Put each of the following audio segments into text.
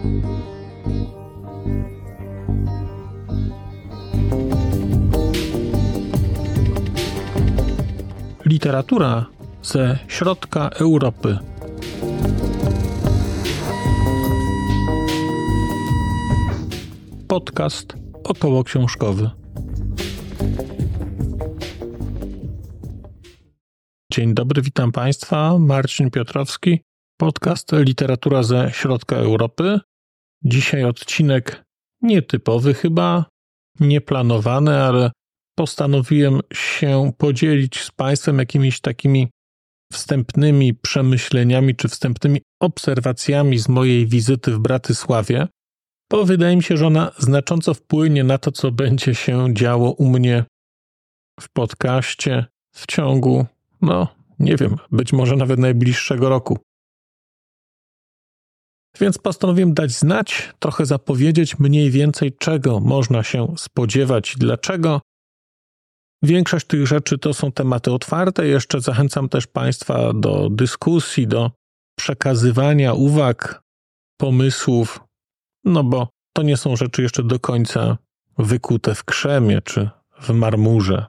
Literatura ze środka Europy. Podcast okołoksiążkowy. Dzień dobry, witam Państwa. Marcin Piotrowski, podcast Literatura ze środka Europy. Dzisiaj odcinek nietypowy chyba, nieplanowany, ale postanowiłem się podzielić z Państwem jakimiś takimi wstępnymi przemyśleniami czy wstępnymi obserwacjami z mojej wizyty w Bratysławie, bo wydaje mi się, że ona znacząco wpłynie na to, co będzie się działo u mnie w podcaście w ciągu, nie wiem, być może nawet najbliższego roku. Więc postanowiłem dać znać, trochę zapowiedzieć mniej więcej, czego można się spodziewać i dlaczego. Większość tych rzeczy to są tematy otwarte. Jeszcze zachęcam też Państwa do dyskusji, do przekazywania uwag, pomysłów, bo to nie są rzeczy jeszcze do końca wykute w krzemie czy w marmurze.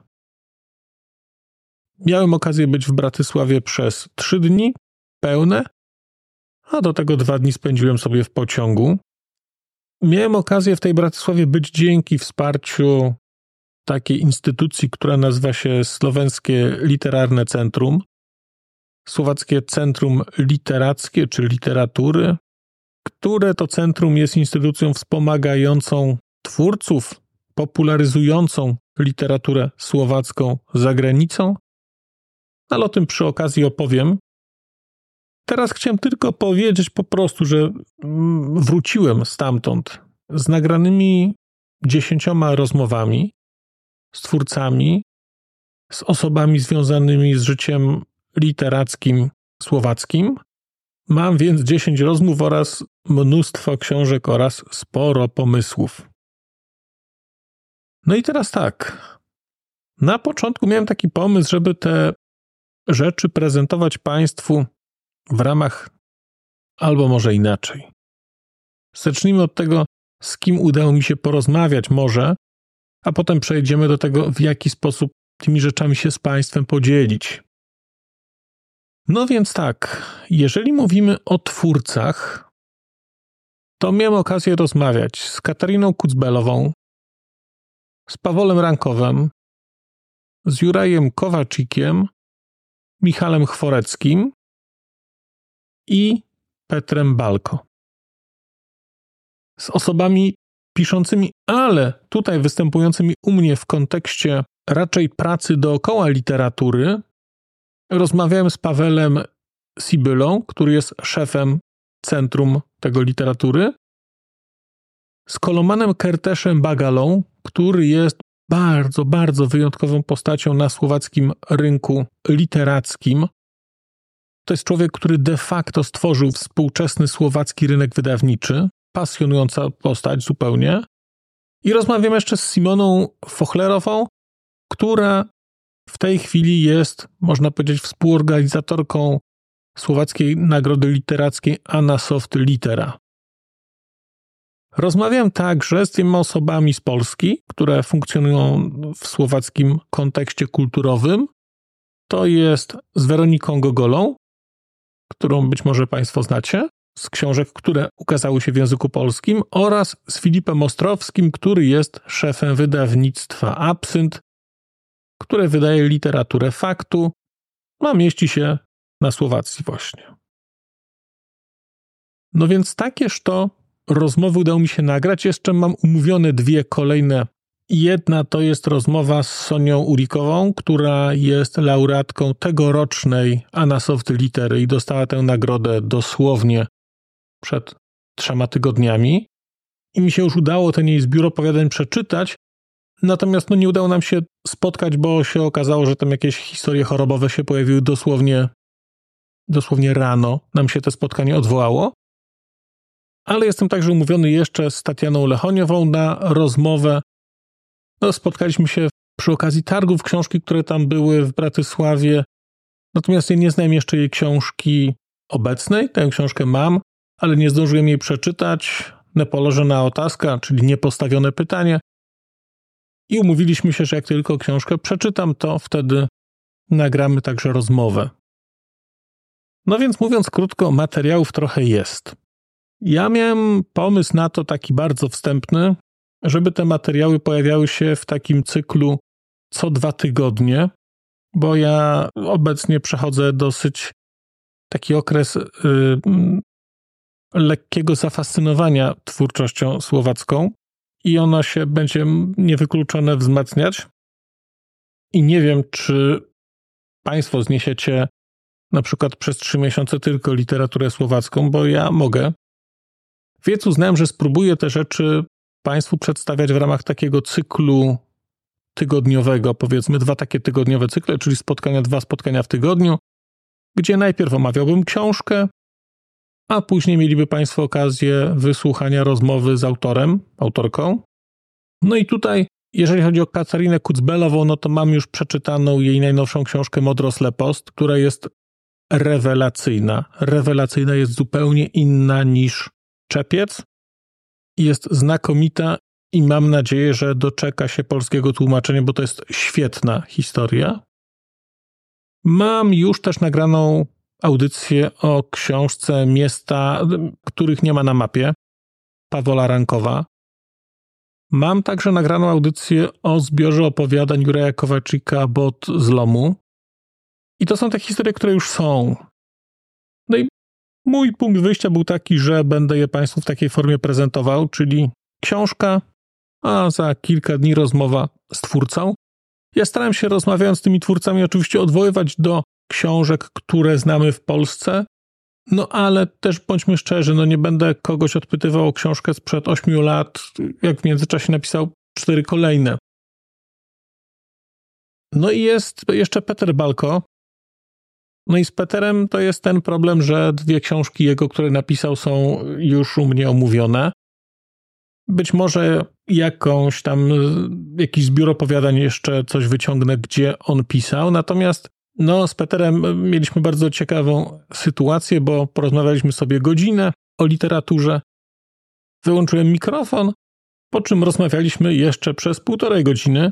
Miałem okazję być w Bratysławie przez 3 dni pełne, a do tego 2 dni spędziłem sobie w pociągu. Miałem okazję w tej Bratysławie być dzięki wsparciu takiej instytucji, która nazywa się Słowenskie Literarne Centrum, Słowackie Centrum Literackie czy Literatury, które to centrum jest instytucją wspomagającą twórców, popularyzującą literaturę słowacką za granicą, ale o tym przy okazji opowiem. Teraz chciałem tylko powiedzieć po prostu, że wróciłem stamtąd z nagranymi 10 rozmowami z twórcami, z osobami związanymi z życiem literackim słowackim. Mam więc 10 rozmów oraz mnóstwo książek oraz sporo pomysłów. No i teraz tak. Na początku miałem taki pomysł, żeby te rzeczy prezentować Państwu w ramach, albo może inaczej. Zacznijmy od tego, z kim udało mi się porozmawiać może, a potem przejdziemy do tego, w jaki sposób tymi rzeczami się z Państwem podzielić. No więc tak, jeżeli mówimy o twórcach, to miałem okazję rozmawiać z Katariną Kucbelową, z Pawolem Rankowem, z Jurajem Kowalczykiem, Michałem Chworeckim i Petrem Balko. Z osobami piszącymi, ale tutaj występującymi u mnie w kontekście raczej pracy dookoła literatury, rozmawiałem z Pawelem Sibylą, który jest szefem Centrum tego Literatury, z Kolomanem Kerteszem Bagalą, który jest bardzo, bardzo wyjątkową postacią na słowackim rynku literackim. To jest człowiek, który de facto stworzył współczesny słowacki rynek wydawniczy. Pasjonująca postać zupełnie. I rozmawiam jeszcze z Simoną Fochlerową, która w tej chwili jest, można powiedzieć, współorganizatorką Słowackiej Nagrody Literackiej Anna Soft Litera. Rozmawiam także z tymi osobami z Polski, które funkcjonują w słowackim kontekście kulturowym. To jest z Weroniką Gogolą, którą być może Państwo znacie, z książek, które ukazały się w języku polskim, oraz z Filipem Ostrowskim, który jest szefem wydawnictwa Absynt, które wydaje literaturę faktu, a mieści się na Słowacji właśnie. No więc takież to rozmowy udało mi się nagrać. Jeszcze mam umówione 2 kolejne. Jedna to jest rozmowa z Sonią Urikową, która jest laureatką tegorocznej Anna Soft Litery i dostała tę nagrodę dosłownie przed 3 tygodniami. I mi się już udało ten jej zbiór opowiadań przeczytać, natomiast nie udało nam się spotkać, bo się okazało, że tam jakieś historie chorobowe się pojawiły dosłownie rano. Nam się to spotkanie odwołało. Ale jestem także umówiony jeszcze z Tatianą Lechoniową na rozmowę. Spotkaliśmy się przy okazji targów książki, które tam były w Bratysławie. Natomiast ja nie znam jeszcze jej książki obecnej. Tę książkę mam. ale nie zdążyłem jej przeczytać. Nepołożona otaska, czyli niepostawione pytanie. I umówiliśmy się, że jak tylko książkę przeczytam, to wtedy nagramy także rozmowę. No więc mówiąc krótko, materiałów trochę jest. Ja miałem pomysł na to taki bardzo wstępny, żeby te materiały pojawiały się w takim cyklu co 2 tygodnie, bo ja obecnie przechodzę dosyć taki okres lekkiego zafascynowania twórczością słowacką i ona się będzie niewykluczone wzmacniać. I nie wiem, czy Państwo zniesiecie na przykład przez 3 miesiące tylko literaturę słowacką, bo ja mogę. Więc uznałem, że spróbuję te rzeczy Państwu przedstawiać w ramach takiego cyklu tygodniowego, powiedzmy 2 takie tygodniowe cykle, czyli 2 spotkania w tygodniu, gdzie najpierw omawiałbym książkę, a później mieliby Państwo okazję wysłuchania rozmowy z autorką. No i tutaj, jeżeli chodzi o Katarinę Kucbelową, no to mam już przeczytaną jej najnowszą książkę Modroslepost, która jest rewelacyjna. Rewelacyjna, jest zupełnie inna niż Czepiec. Jest znakomita i mam nadzieję, że doczeka się polskiego tłumaczenia, bo to jest świetna historia. Mam już też nagraną audycję o książce Miasta, których nie ma na mapie, Pawła Rankowa. Mam także nagraną audycję o zbiorze opowiadań Juraja Kowaczyka Bot z Lomu. I to są te historie, które już są. No i mój punkt wyjścia był taki, że będę je Państwu w takiej formie prezentował, czyli książka, a za kilka dni rozmowa z twórcą. Ja staram się, rozmawiając z tymi twórcami, oczywiście odwoływać do książek, które znamy w Polsce, no ale też bądźmy szczerzy, no nie będę kogoś odpytywał o książkę sprzed 8 lat, jak w międzyczasie napisał 4 kolejne. No i jest jeszcze Peter Balko. No i z Peterem to jest ten problem, że 2 książki jego, które napisał, są już u mnie omówione. Być może jakiś zbiór opowiadań jeszcze coś wyciągnę, gdzie on pisał. Natomiast z Peterem mieliśmy bardzo ciekawą sytuację, bo porozmawialiśmy sobie godzinę o literaturze. Wyłączyłem mikrofon, po czym rozmawialiśmy jeszcze przez 1,5 godziny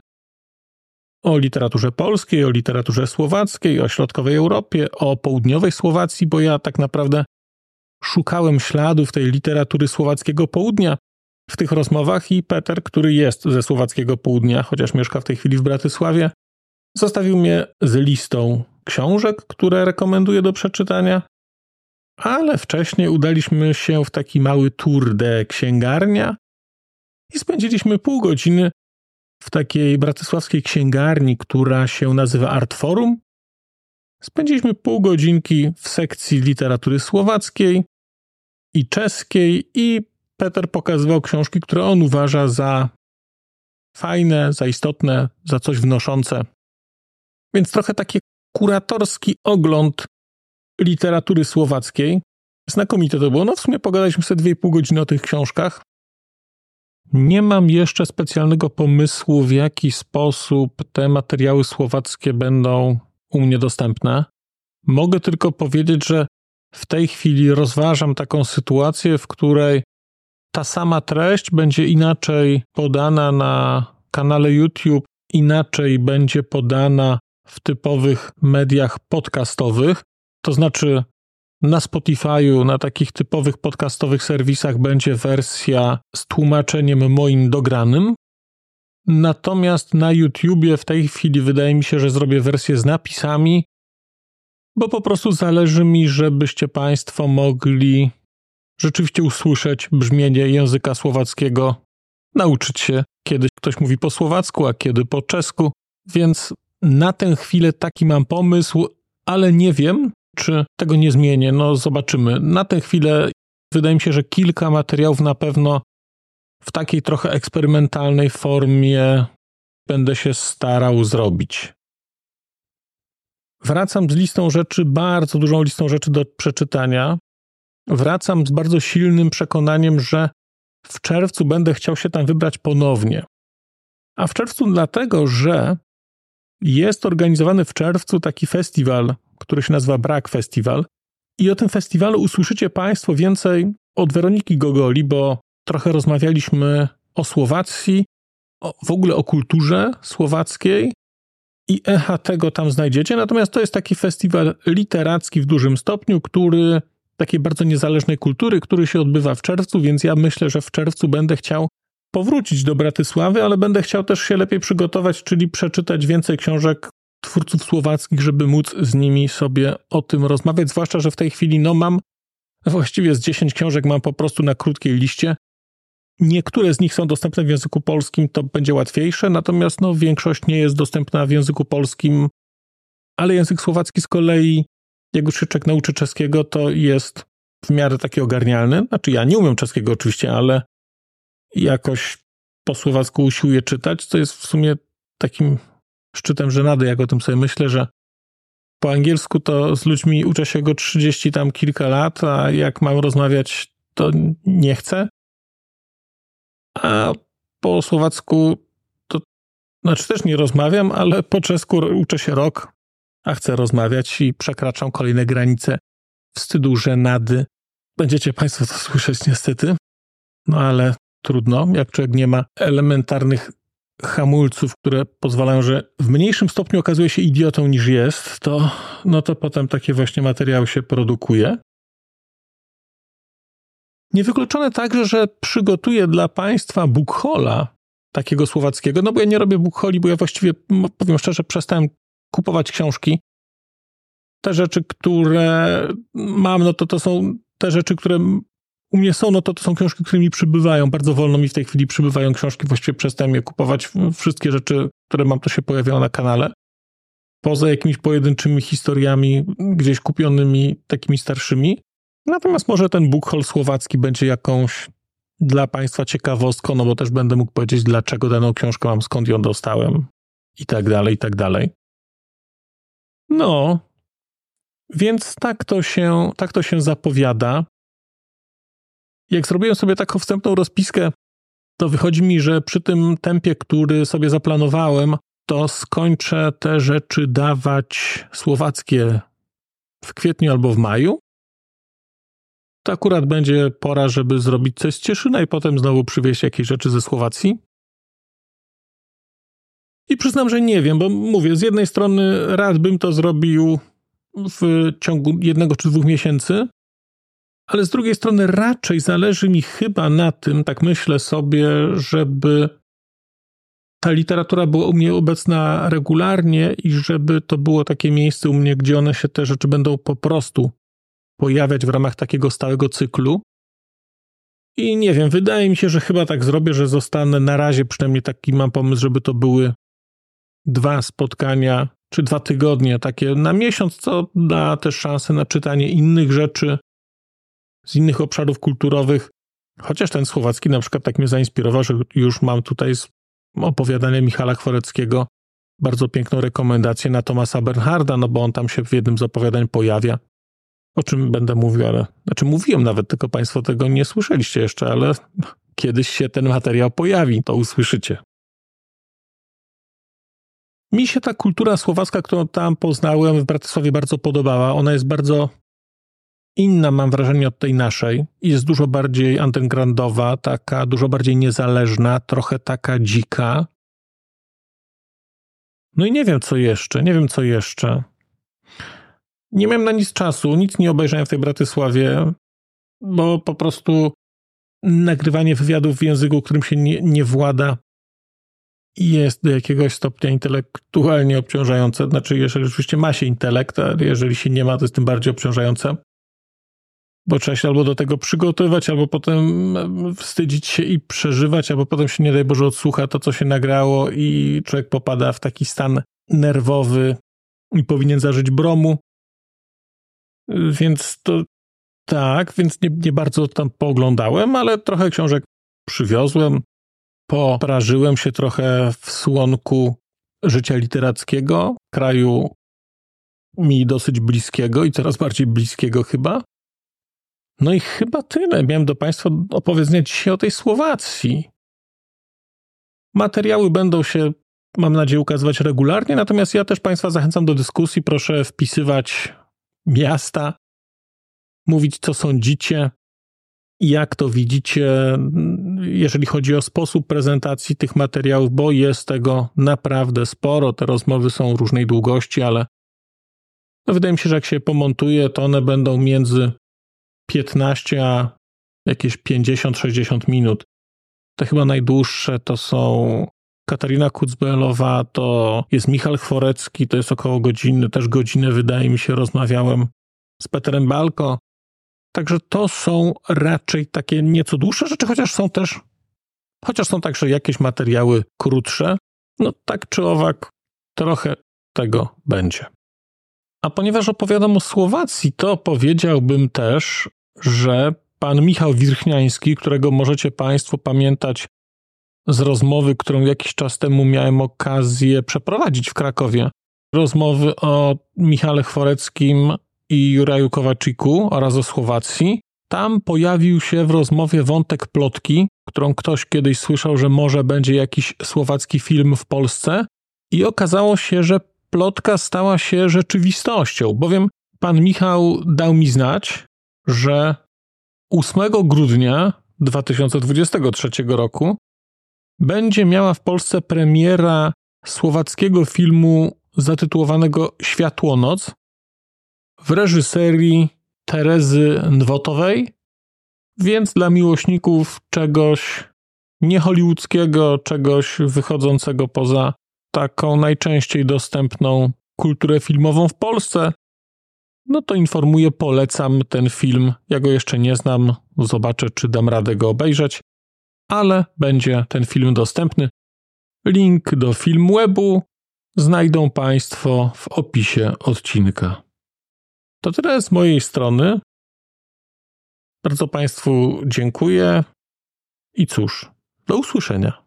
o literaturze polskiej, o literaturze słowackiej, o środkowej Europie, o południowej Słowacji, bo ja tak naprawdę szukałem śladów tej literatury słowackiego południa w tych rozmowach i Peter, który jest ze słowackiego południa, chociaż mieszka w tej chwili w Bratysławie, zostawił mnie z listą książek, które rekomenduję do przeczytania, ale wcześniej udaliśmy się w taki mały tour de księgarnia i spędziliśmy pół godziny w takiej bratysławskiej księgarni, która się nazywa Artforum. Spędziliśmy pół godzinki w sekcji literatury słowackiej i czeskiej i Peter pokazywał książki, które on uważa za fajne, za istotne, za coś wnoszące. Więc trochę taki kuratorski ogląd literatury słowackiej. Znakomite to było. W sumie pogadaliśmy sobie 2,5 godziny o tych książkach. Nie mam jeszcze specjalnego pomysłu, w jaki sposób te materiały słowackie będą u mnie dostępne. Mogę tylko powiedzieć, że w tej chwili rozważam taką sytuację, w której ta sama treść będzie inaczej podana na kanale YouTube, inaczej będzie podana w typowych mediach podcastowych, to znaczy na Spotify'u, na takich typowych podcastowych serwisach będzie wersja z tłumaczeniem moim dogranym, natomiast na YouTubie w tej chwili wydaje mi się, że zrobię wersję z napisami, bo po prostu zależy mi, żebyście Państwo mogli rzeczywiście usłyszeć brzmienie języka słowackiego, nauczyć się, kiedy ktoś mówi po słowacku, a kiedy po czesku, więc na tę chwilę taki mam pomysł, ale nie wiem, czy tego nie zmienię, zobaczymy. Na tę chwilę wydaje mi się, że kilka materiałów na pewno w takiej trochę eksperymentalnej formie będę się starał zrobić. Wracam z listą rzeczy, bardzo dużą listą rzeczy do przeczytania. Wracam z bardzo silnym przekonaniem, że w czerwcu będę chciał się tam wybrać ponownie. A w czerwcu dlatego, że jest organizowany w czerwcu taki festiwal, który się nazywa Brak Festiwal. I o tym festiwalu usłyszycie Państwo więcej od Weroniki Gogoli, bo trochę rozmawialiśmy o Słowacji, w ogóle o kulturze słowackiej i echa tego tam znajdziecie. Natomiast to jest taki festiwal literacki w dużym stopniu, takiej bardzo niezależnej kultury, który się odbywa w czerwcu, więc ja myślę, że w czerwcu będę chciał powrócić do Bratysławy, ale będę chciał też się lepiej przygotować, czyli przeczytać więcej książek twórców słowackich, żeby móc z nimi sobie o tym rozmawiać, zwłaszcza, że w tej chwili mam właściwie z 10 książek mam po prostu na krótkiej liście. Niektóre z nich są dostępne w języku polskim, to będzie łatwiejsze, natomiast większość nie jest dostępna w języku polskim, ale język słowacki z kolei, jak już się człowiek nauczy czeskiego, to jest w miarę taki ogarnialny. Znaczy ja nie umiem czeskiego oczywiście, ale jakoś po słowacku usiłuję czytać, co jest w sumie takim szczytem żenady, jak o tym sobie myślę, że po angielsku to z ludźmi uczę się go 30 tam kilka lat, a jak mam rozmawiać, to nie chcę. A po słowacku to, znaczy też nie rozmawiam, ale po czesku uczę się rok, a chcę rozmawiać i przekraczam kolejne granice wstydu, żenady. Będziecie Państwo to słyszeć niestety, ale trudno, jak człowiek nie ma elementarnych hamulców, które pozwalają, że w mniejszym stopniu okazuje się idiotą niż jest, to potem takie właśnie materiały się produkuje. Niewykluczone także, że przygotuję dla Państwa bookhola takiego słowackiego, bo ja nie robię bookholi, bo ja właściwie, powiem szczerze, przestałem kupować książki. Te rzeczy, które mam, to są te rzeczy, które u mnie są, to są książki, które mi przybywają. Bardzo wolno mi w tej chwili przybywają książki, właściwie przestałem je kupować. Wszystkie rzeczy, które mam, to się pojawiają na kanale. Poza jakimiś pojedynczymi historiami, gdzieś kupionymi, takimi starszymi. Natomiast może ten bookhaul słowacki będzie jakąś dla Państwa ciekawostką, bo też będę mógł powiedzieć, dlaczego daną książkę mam, skąd ją dostałem i tak dalej, i tak dalej. Więc tak to się zapowiada. Jak zrobiłem sobie taką wstępną rozpiskę, to wychodzi mi, że przy tym tempie, który sobie zaplanowałem, to skończę te rzeczy dawać słowackie w kwietniu albo w maju. To akurat będzie pora, żeby zrobić coś z Cieszyna i potem znowu przywieźć jakieś rzeczy ze Słowacji. I przyznam, że nie wiem, bo mówię, z jednej strony raz bym to zrobił w ciągu 1 czy 2 miesięcy, ale z drugiej strony raczej zależy mi chyba na tym, tak myślę sobie, żeby ta literatura była u mnie obecna regularnie i żeby to było takie miejsce u mnie, gdzie one się te rzeczy będą po prostu pojawiać w ramach takiego stałego cyklu. I nie wiem, wydaje mi się, że chyba tak zrobię, że zostanę na razie, przynajmniej taki mam pomysł, żeby to były 2 spotkania, czy 2 tygodnie takie na miesiąc, co da też szansę na czytanie innych rzeczy z innych obszarów kulturowych. Chociaż ten słowacki na przykład tak mnie zainspirował, że już mam tutaj z opowiadania Michala Chworeckiego bardzo piękną rekomendację na Thomasa Bernharda, bo on tam się w jednym z opowiadań pojawia. O czym będę mówił, mówiłem nawet, tylko Państwo tego nie słyszeliście jeszcze, ale kiedyś się ten materiał pojawi, to usłyszycie. Mi się ta kultura słowacka, którą tam poznałem w Bratysławie, bardzo podobała. Ona jest bardzo inna, mam wrażenie, od tej naszej. Jest dużo bardziej undergroundowa, taka dużo bardziej niezależna, trochę taka dzika. I nie wiem co jeszcze. Nie miałem na nic czasu, nic nie obejrzałem w tej Bratysławie, bo po prostu nagrywanie wywiadów w języku, którym się nie włada, jest do jakiegoś stopnia intelektualnie obciążające. Znaczy, jeżeli oczywiście ma się intelekt, a jeżeli się nie ma, to jest tym bardziej obciążające. Bo trzeba się albo do tego przygotowywać, albo potem wstydzić się i przeżywać, albo potem się, nie daj Boże, odsłucha to, co się nagrało i człowiek popada w taki stan nerwowy i powinien zażyć bromu. Więc to tak, więc nie bardzo tam pooglądałem, ale trochę książek przywiozłem. Poprażyłem się trochę w słonku życia literackiego, kraju mi dosyć bliskiego i coraz bardziej bliskiego chyba. I chyba tyle. Miałem do Państwa opowiedzenia dzisiaj o tej Słowacji. Materiały będą się, mam nadzieję, ukazywać regularnie, natomiast ja też Państwa zachęcam do dyskusji. Proszę wpisywać miasta, mówić, co sądzicie, jak to widzicie, jeżeli chodzi o sposób prezentacji tych materiałów, bo jest tego naprawdę sporo. Te rozmowy są różnej długości, ale wydaje mi się, że jak się pomontuje, to one będą między 15 a jakieś 50-60 minut. Te chyba najdłuższe to są Katarina Kucbelowa, to jest Michał Chworecki, to jest około godziny, też godzinę wydaje mi się rozmawiałem z Peterem Balko. Także to są raczej takie nieco dłuższe rzeczy, chociaż są także jakieś materiały krótsze. No tak czy owak trochę tego będzie. A ponieważ opowiadam o Słowacji, to powiedziałbym też, że pan Michał Wirchniański, którego możecie Państwo pamiętać z rozmowy, którą jakiś czas temu miałem okazję przeprowadzić w Krakowie, rozmowy o Michale Chworeckim i Juraju Kowaczyku oraz o Słowacji, tam pojawił się w rozmowie wątek plotki, którą ktoś kiedyś słyszał, że może będzie jakiś słowacki film w Polsce i okazało się, że plotka stała się rzeczywistością, bowiem pan Michał dał mi znać, że 8 grudnia 2023 roku będzie miała w Polsce premiera słowackiego filmu zatytułowanego Światłonoc w reżyserii Terezy Nwotowej, więc dla miłośników czegoś niehollywoodzkiego, czegoś wychodzącego poza taką najczęściej dostępną kulturę filmową w Polsce, no to informuję, polecam ten film. Ja go jeszcze nie znam, zobaczę, czy dam radę go obejrzeć, ale będzie ten film dostępny. Link do Filmwebu znajdą Państwo w opisie odcinka. To tyle z mojej strony. Bardzo Państwu dziękuję i cóż, do usłyszenia.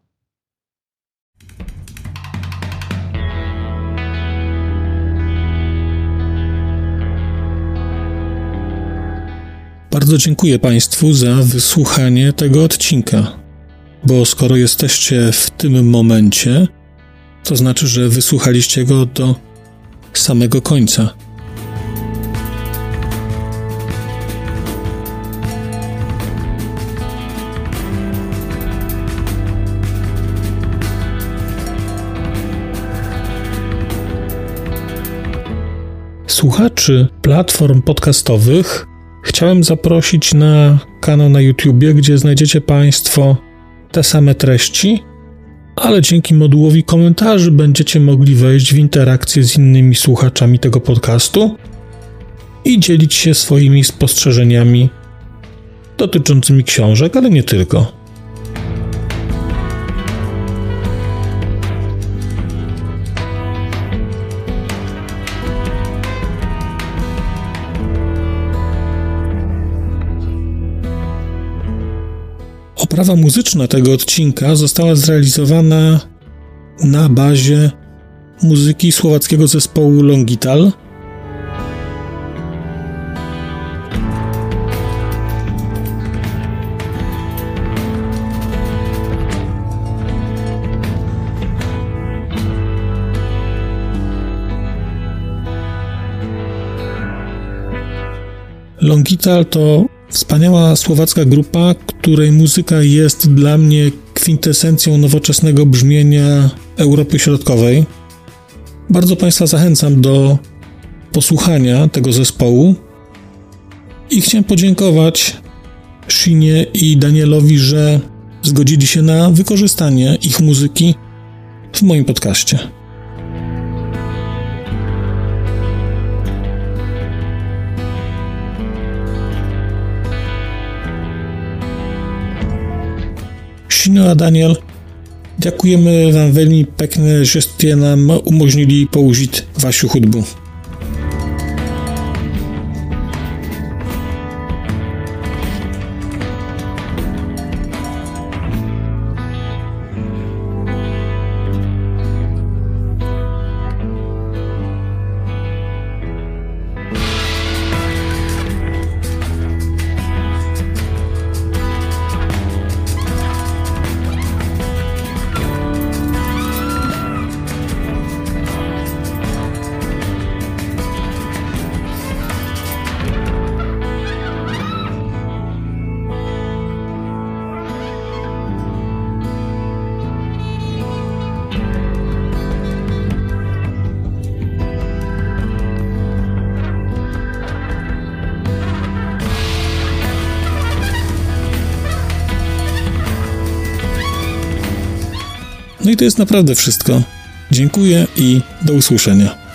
Bardzo dziękuję Państwu za wysłuchanie tego odcinka, bo skoro jesteście w tym momencie, to znaczy, że wysłuchaliście go do samego końca. Słuchaczy platform podcastowych chciałem zaprosić na kanał na YouTubie, gdzie znajdziecie Państwo te same treści, ale dzięki modułowi komentarzy będziecie mogli wejść w interakcję z innymi słuchaczami tego podcastu i dzielić się swoimi spostrzeżeniami dotyczącymi książek, ale nie tylko. Oprawa muzyczna tego odcinka została zrealizowana na bazie muzyki słowackiego zespołu Longital. Longital to wspaniała słowacka grupa, której muzyka jest dla mnie kwintesencją nowoczesnego brzmienia Europy Środkowej. Bardzo Państwa zachęcam do posłuchania tego zespołu i chciałem podziękować Shinie i Danielowi, że zgodzili się na wykorzystanie ich muzyki w moim podcaście. Shino a Daniel, děkujeme vám velmi pekne, že jste nám umožnili použít vašu hudbu. No i to jest naprawdę wszystko. Dziękuję i do usłyszenia.